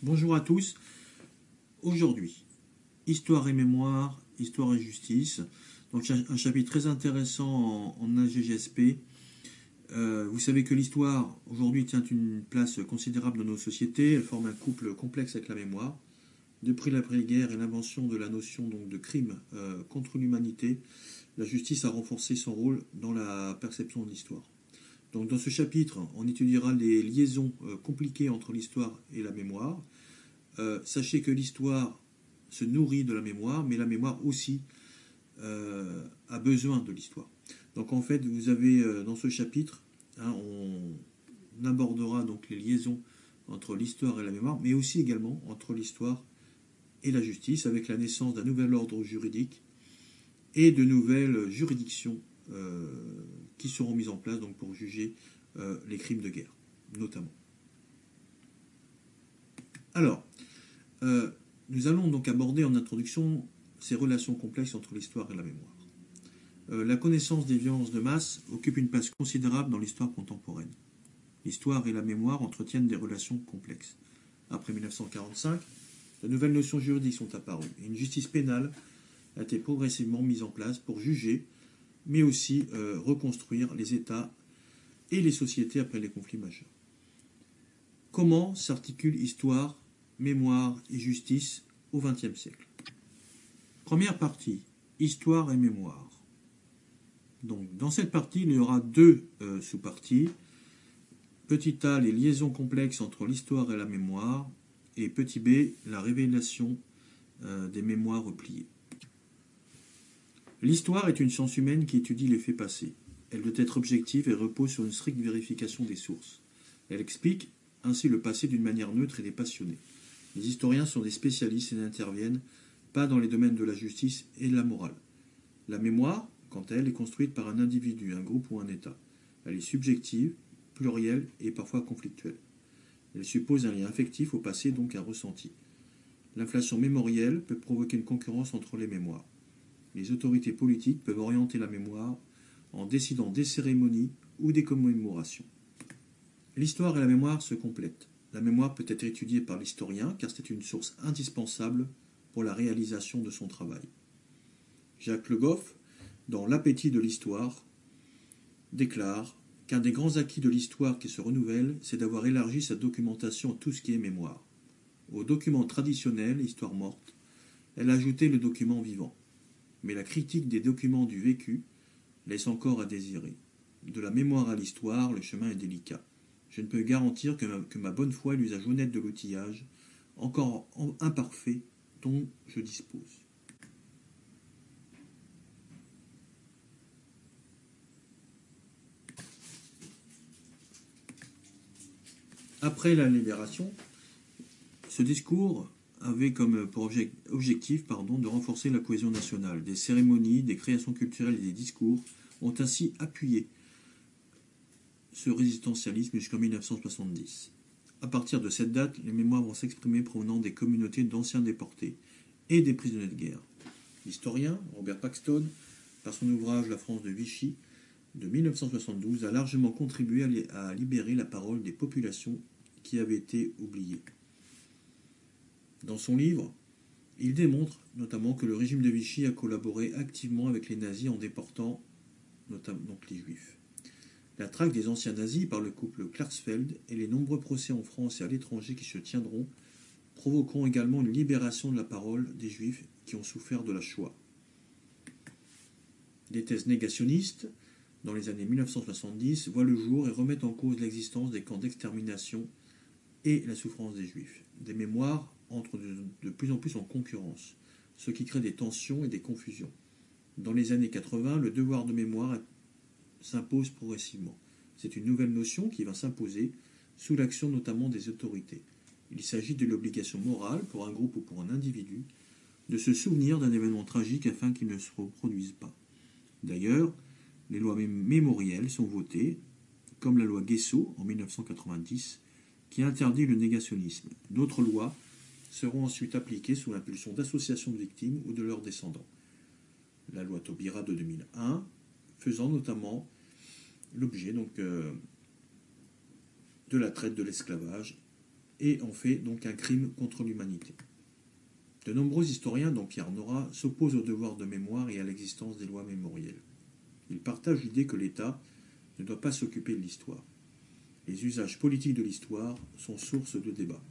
Bonjour à tous. Aujourd'hui, histoire et mémoire, histoire et justice. Donc un chapitre très intéressant en AGGSP. Vous savez que l'histoire aujourd'hui tient une place considérable dans nos sociétés. Elle forme un couple complexe avec la mémoire. Depuis l'après-guerre et l'invention de la notion donc, de crime contre l'humanité, la justice a renforcé son rôle dans la perception de l'histoire. Donc dans ce chapitre, on étudiera les liaisons compliquées entre l'histoire et la mémoire. Sachez que l'histoire se nourrit de la mémoire, mais la mémoire aussi a besoin de l'histoire. Donc en fait, vous avez dans ce chapitre, on abordera donc les liaisons entre l'histoire et la mémoire, mais aussi également entre l'histoire et la justice, avec la naissance d'un nouvel ordre juridique et de nouvelles juridictions qui seront mises en place donc, pour juger les crimes de guerre, notamment. Alors, nous allons donc aborder en introduction ces relations complexes entre l'histoire et la mémoire. La connaissance des violences de masse occupe une place considérable dans l'histoire contemporaine. L'histoire et la mémoire entretiennent des relations complexes. Après 1945, de nouvelles notions juridiques sont apparues et une justice pénale a été progressivement mise en place pour juger, mais aussi reconstruire les États et les sociétés après les conflits majeurs. Comment s'articule histoire, mémoire et justice au XXe siècle? Première partie, histoire et mémoire. Donc, dans cette partie, il y aura deux sous-parties. Petit a, les liaisons complexes entre l'histoire et la mémoire. Et petit b, la révélation des mémoires repliées. L'histoire est une science humaine qui étudie les faits passés. Elle doit être objective et repose sur une stricte vérification des sources. Elle explique ainsi le passé d'une manière neutre et dépassionnée. Les historiens sont des spécialistes et n'interviennent pas dans les domaines de la justice et de la morale. La mémoire, quant à elle, est construite par un individu, un groupe ou un État. Elle est subjective, plurielle et parfois conflictuelle. Elle suppose un lien affectif au passé, donc un ressenti. L'inflation mémorielle peut provoquer une concurrence entre les mémoires. Les autorités politiques peuvent orienter la mémoire en décidant des cérémonies ou des commémorations. L'histoire et la mémoire se complètent. La mémoire peut être étudiée par l'historien car c'est une source indispensable pour la réalisation de son travail. Jacques Le Goff, dans L'appétit de l'histoire, déclare qu'un des grands acquis de l'histoire qui se renouvelle, c'est d'avoir élargi sa documentation à tout ce qui est mémoire. Au document traditionnel, histoire morte, elle a ajouté le document vivant. Mais la critique des documents du vécu laisse encore à désirer. De la mémoire à l'histoire, le chemin est délicat. Je ne peux garantir que ma bonne foi et l'usage honnête de l'outillage, encore imparfait, dont je dispose. Après la libération, ce discours avait comme objectif de renforcer la cohésion nationale. Des cérémonies, des créations culturelles et des discours ont ainsi appuyé ce résistentialisme jusqu'en 1970. À partir de cette date, les mémoires vont s'exprimer provenant des communautés d'anciens déportés et des prisonniers de guerre. L'historien Robert Paxton, par son ouvrage La France de Vichy de 1972, a largement contribué à libérer la parole des populations qui avaient été oubliées. Dans son livre, il démontre notamment que le régime de Vichy a collaboré activement avec les nazis en déportant notamment donc les juifs. La traque des anciens nazis par le couple Klarsfeld et les nombreux procès en France et à l'étranger qui se tiendront provoqueront également une libération de la parole des juifs qui ont souffert de la Shoah. Des thèses négationnistes, dans les années 1970, voient le jour et remettent en cause l'existence des camps d'extermination et la souffrance des juifs. Des mémoires entrent de plus en plus en concurrence, ce qui crée des tensions et des confusions. Dans les années 80, le devoir de mémoire s'impose progressivement. C'est une nouvelle notion qui va s'imposer sous l'action notamment des autorités. Il s'agit de l'obligation morale pour un groupe ou pour un individu de se souvenir d'un événement tragique afin qu'il ne se reproduise pas. D'ailleurs, les lois mémorielles sont votées, comme la loi Guesso en 1990, qui interdit le négationnisme. D'autres lois seront ensuite appliquées sous l'impulsion d'associations de victimes ou de leurs descendants. La loi Taubira de 2001, faisant notamment l'objet de la traite de l'esclavage et en fait donc un crime contre l'humanité. De nombreux historiens, dont Pierre Nora, s'opposent au devoir de mémoire et à l'existence des lois mémorielles. Ils partagent l'idée que l'État ne doit pas s'occuper de l'histoire. Les usages politiques de l'histoire sont source de débats.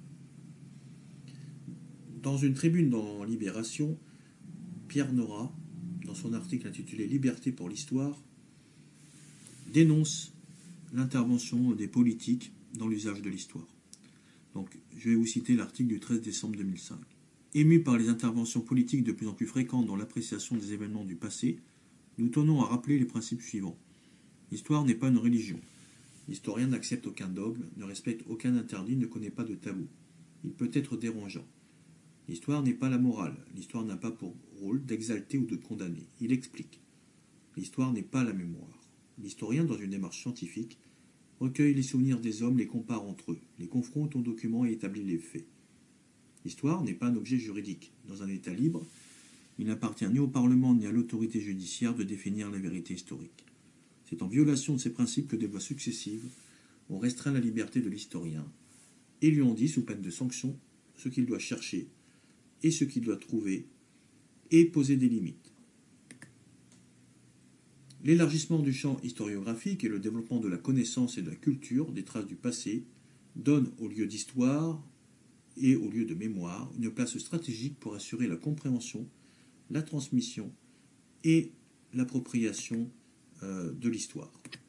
Dans une tribune dans Libération, Pierre Nora, dans son article intitulé Liberté pour l'histoire, dénonce l'intervention des politiques dans l'usage de l'histoire. Donc, je vais vous citer l'article du 13 décembre 2005. Émus par les interventions politiques de plus en plus fréquentes dans l'appréciation des événements du passé, nous tenons à rappeler les principes suivants. L'histoire n'est pas une religion. L'historien n'accepte aucun dogme, ne respecte aucun interdit, ne connaît pas de tabou. Il peut être dérangeant. L'histoire n'est pas la morale. L'histoire n'a pas pour rôle d'exalter ou de condamner. Il explique. L'histoire n'est pas la mémoire. L'historien, dans une démarche scientifique, recueille les souvenirs des hommes, les compare entre eux, les confronte aux documents et établit les faits. L'histoire n'est pas un objet juridique. Dans un État libre, il n'appartient ni au Parlement ni à l'autorité judiciaire de définir la vérité historique. C'est en violation de ces principes que des lois successives ont restreint la liberté de l'historien et lui ont dit, sous peine de sanction, ce qu'il doit chercher et ce qu'il doit trouver et poser des limites. L'élargissement du champ historiographique et le développement de la connaissance et de la culture des traces du passé donnent au lieu d'histoire et au lieu de mémoire une place stratégique pour assurer la compréhension, la transmission et l'appropriation de l'histoire.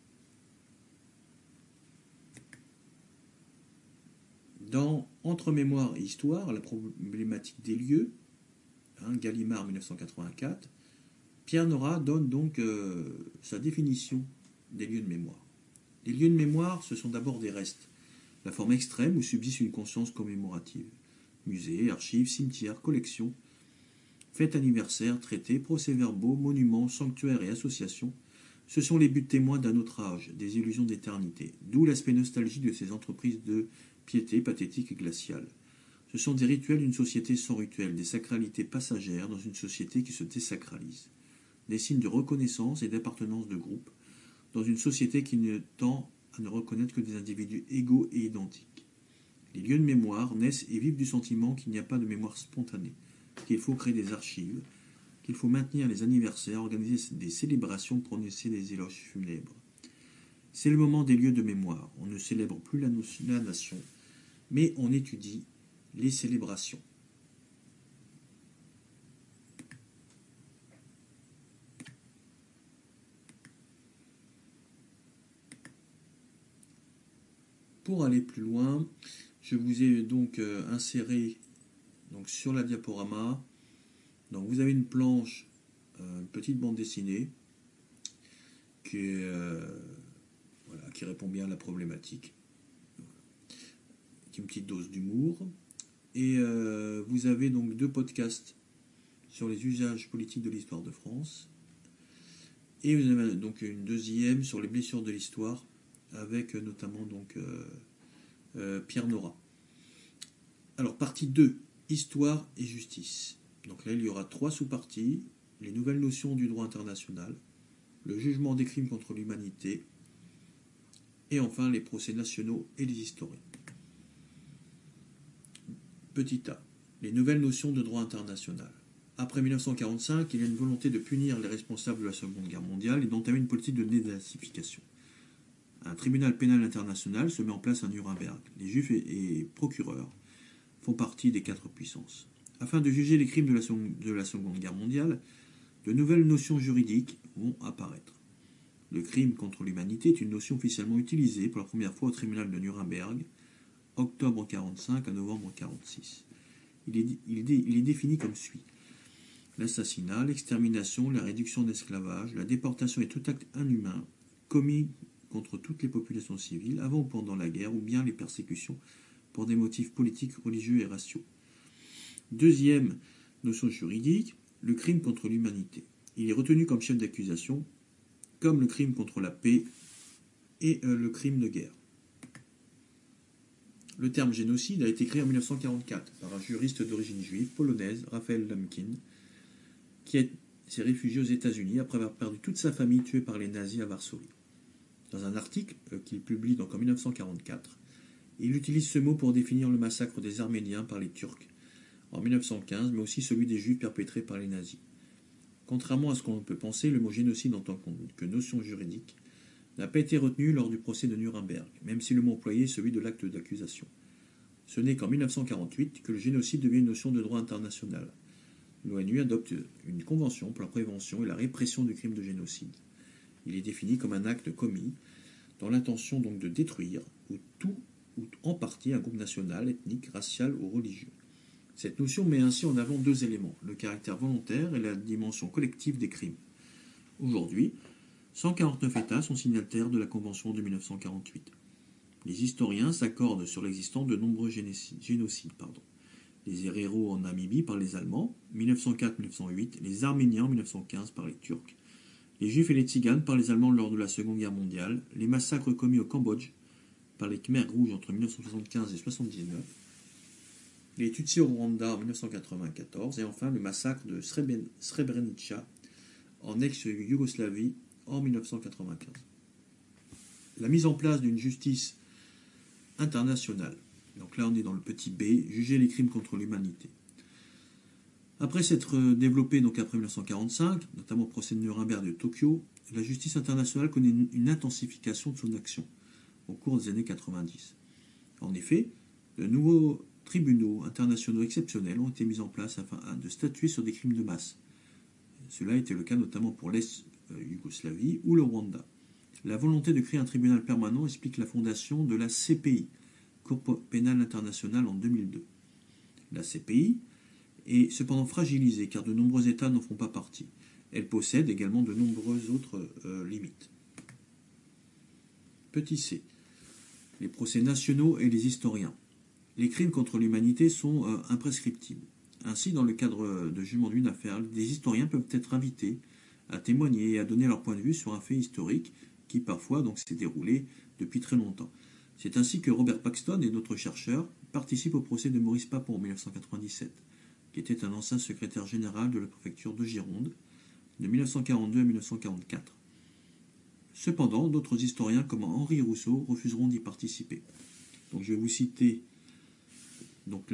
Dans Entre mémoire et histoire, la problématique des lieux, Gallimard 1984, Pierre Nora donne donc sa définition des lieux de mémoire. Les lieux de mémoire, ce sont d'abord des restes, la forme extrême où subsiste une conscience commémorative. Musées, archives, cimetières, collections, fêtes anniversaires, traités, procès-verbaux, monuments, sanctuaires et associations, ce sont les buts témoins d'un autre âge, des illusions d'éternité, d'où l'aspect nostalgique de ces entreprises de piété pathétique et glaciale. Ce sont des rituels d'une société sans rituel, des sacralités passagères dans une société qui se désacralise, des signes de reconnaissance et d'appartenance de groupe, dans une société qui ne tend à ne reconnaître que des individus égaux et identiques. Les lieux de mémoire naissent et vivent du sentiment qu'il n'y a pas de mémoire spontanée, qu'il faut créer des archives, qu'il faut maintenir les anniversaires, organiser des célébrations, prononcer des éloges funèbres. C'est le moment des lieux de mémoire. On ne célèbre plus la nation, mais on étudie les célébrations. Pour aller plus loin, je vous ai donc inséré sur la diaporama. Donc vous avez une planche, une petite bande dessinée qui répond bien à la problématique, qui est une petite dose d'humour. Et vous avez donc 2 podcasts sur les usages politiques de l'histoire de France. Et vous avez donc une deuxième sur les blessures de l'histoire, avec notamment Pierre Nora. Alors, partie 2, Histoire et justice. Donc là, il y aura 3 sous-parties. Les nouvelles notions du droit international, le jugement des crimes contre l'humanité, et enfin les procès nationaux et les historiens. Petit a, les nouvelles notions de droit international. Après 1945, il y a une volonté de punir les responsables de la Seconde Guerre mondiale et d'entamer une politique de dénazification. Un tribunal pénal international se met en place à Nuremberg. Les juifs et procureurs font partie des 4 puissances. Afin de juger les crimes de la Seconde Guerre mondiale, de nouvelles notions juridiques vont apparaître. Le crime contre l'humanité est une notion officiellement utilisée pour la première fois au tribunal de Nuremberg, octobre 1945 à novembre 1946. Il est défini comme suit. L'assassinat, l'extermination, la réduction d'esclavage, la déportation et tout acte inhumain commis contre toutes les populations civiles avant ou pendant la guerre ou bien les persécutions pour des motifs politiques, religieux et raciaux. Deuxième notion juridique, le crime contre l'humanité. Il est retenu comme chef d'accusation, comme le crime contre la paix et le crime de guerre. Le terme génocide a été créé en 1944 par un juriste d'origine juive polonaise, Raphaël Lemkin, qui s'est réfugié aux États-Unis après avoir perdu toute sa famille tuée par les nazis à Varsovie. Dans un article qu'il publie donc en 1944, Il utilise ce mot pour définir le massacre des Arméniens par les Turcs en 1915, mais aussi celui des Juifs perpétrés par les nazis. Contrairement à ce qu'on peut penser, le mot génocide en tant que notion juridique n'a pas été retenu lors du procès de Nuremberg, même si le mot employé est celui de l'acte d'accusation. Ce n'est qu'en 1948 que le génocide devient une notion de droit international. L'ONU adopte une convention pour la prévention et la répression du crime de génocide. Il est défini comme un acte commis dans l'intention donc de détruire ou tout ou en partie un groupe national, ethnique, racial ou religieux. Cette notion met ainsi en avant deux éléments, le caractère volontaire et la dimension collective des crimes. Aujourd'hui, 149 États sont signataires de la Convention de 1948. Les historiens s'accordent sur l'existence de nombreux génocides. Les Héréros en Namibie par les Allemands, 1904-1908, les Arméniens en 1915 par les Turcs, les Juifs et les Tziganes par les Allemands lors de la Seconde Guerre mondiale, les massacres commis au Cambodge par les Khmers rouges entre 1975 et 1979, les Tutsis au Rwanda en 1994, et enfin le massacre de Srebrenica en ex-Yougoslavie en 1995. La mise en place d'une justice internationale. Donc là on est dans le petit b, juger les crimes contre l'humanité. Après s'être développée donc après 1945, notamment au procès de Nuremberg de Tokyo, la justice internationale connaît une intensification de son action au cours des années 90. En effet, de nouveaux tribunaux internationaux exceptionnels ont été mis en place afin de statuer sur des crimes de masse. Cela était le cas notamment pour l'ex-Yougoslavie ou le Rwanda. La volonté de créer un tribunal permanent explique la fondation de la CPI, Cour pénale internationale, en 2002. La CPI est cependant fragilisée car de nombreux États n'en font pas partie. Elle possède également de nombreuses autres limites. Petit c. Les procès nationaux et les historiens. Les crimes contre l'humanité sont imprescriptibles. Ainsi, dans le cadre de jugement d'une affaire, des historiens peuvent être invités à témoigner et à donner leur point de vue sur un fait historique qui parfois donc s'est déroulé depuis très longtemps. C'est ainsi que Robert Paxton et d'autres chercheurs participent au procès de Maurice Papon en 1997, qui était un ancien secrétaire général de la préfecture de Gironde, de 1942 à 1944. Cependant, d'autres historiens comme Henri Rousseau refuseront d'y participer. Donc je vais vous citer donc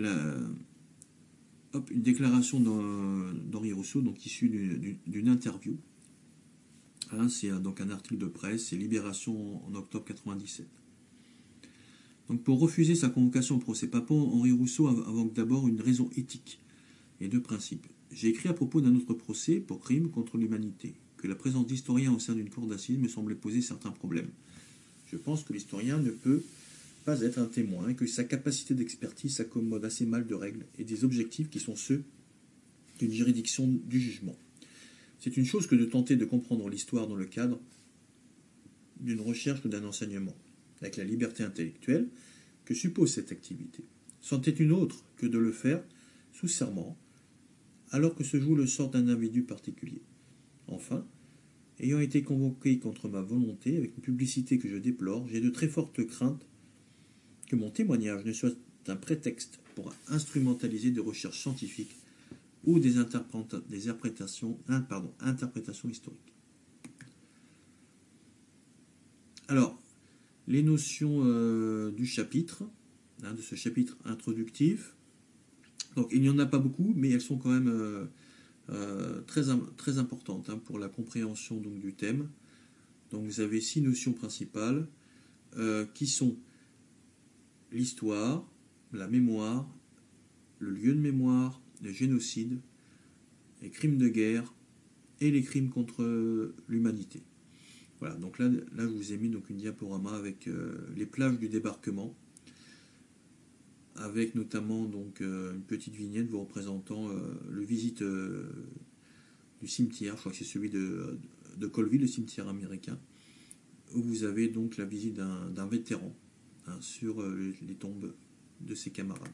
une déclaration d'Henri Rousseau, donc issue d'une interview. C'est donc un article de presse, c'est Libération en octobre 1997. Donc pour refuser sa convocation au procès Papon, Henri Rousseau invoque d'abord une raison éthique et de principe. J'ai écrit à propos d'un autre procès pour crime contre l'humanité, que la présence d'historiens au sein d'une cour d'assises me semblait poser certains problèmes. Je pense que l'historien ne peut pas être un témoin et que sa capacité d'expertise s'accommode assez mal de règles et des objectifs qui sont ceux d'une juridiction du jugement. C'est une chose que de tenter de comprendre l'histoire dans le cadre d'une recherche ou d'un enseignement, avec la liberté intellectuelle que suppose cette activité. C'en est une autre que de le faire sous serment, alors que se joue le sort d'un individu particulier. Enfin, ayant été convoqué contre ma volonté, avec une publicité que je déplore, j'ai de très fortes craintes que mon témoignage ne soit un prétexte pour instrumentaliser des recherches scientifiques ou des interprétations historiques. Alors, les notions du chapitre, de ce chapitre introductif, donc il n'y en a pas beaucoup, mais elles sont quand même très importantes pour la compréhension donc, du thème. Donc vous avez 6 notions principales qui sont l'histoire, la mémoire, le lieu de mémoire, le génocide, les crimes de guerre et les crimes contre l'humanité. Voilà, donc là je vous ai mis donc une diaporama avec les plages du débarquement, avec notamment donc une petite vignette vous représentant le visite du cimetière, je crois que c'est celui de Colville, le cimetière américain, où vous avez donc la visite d'un vétéran sur les tombes de ses camarades.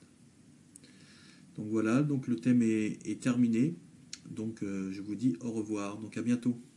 Donc voilà, donc le thème est terminé. Donc je vous dis au revoir, donc à bientôt.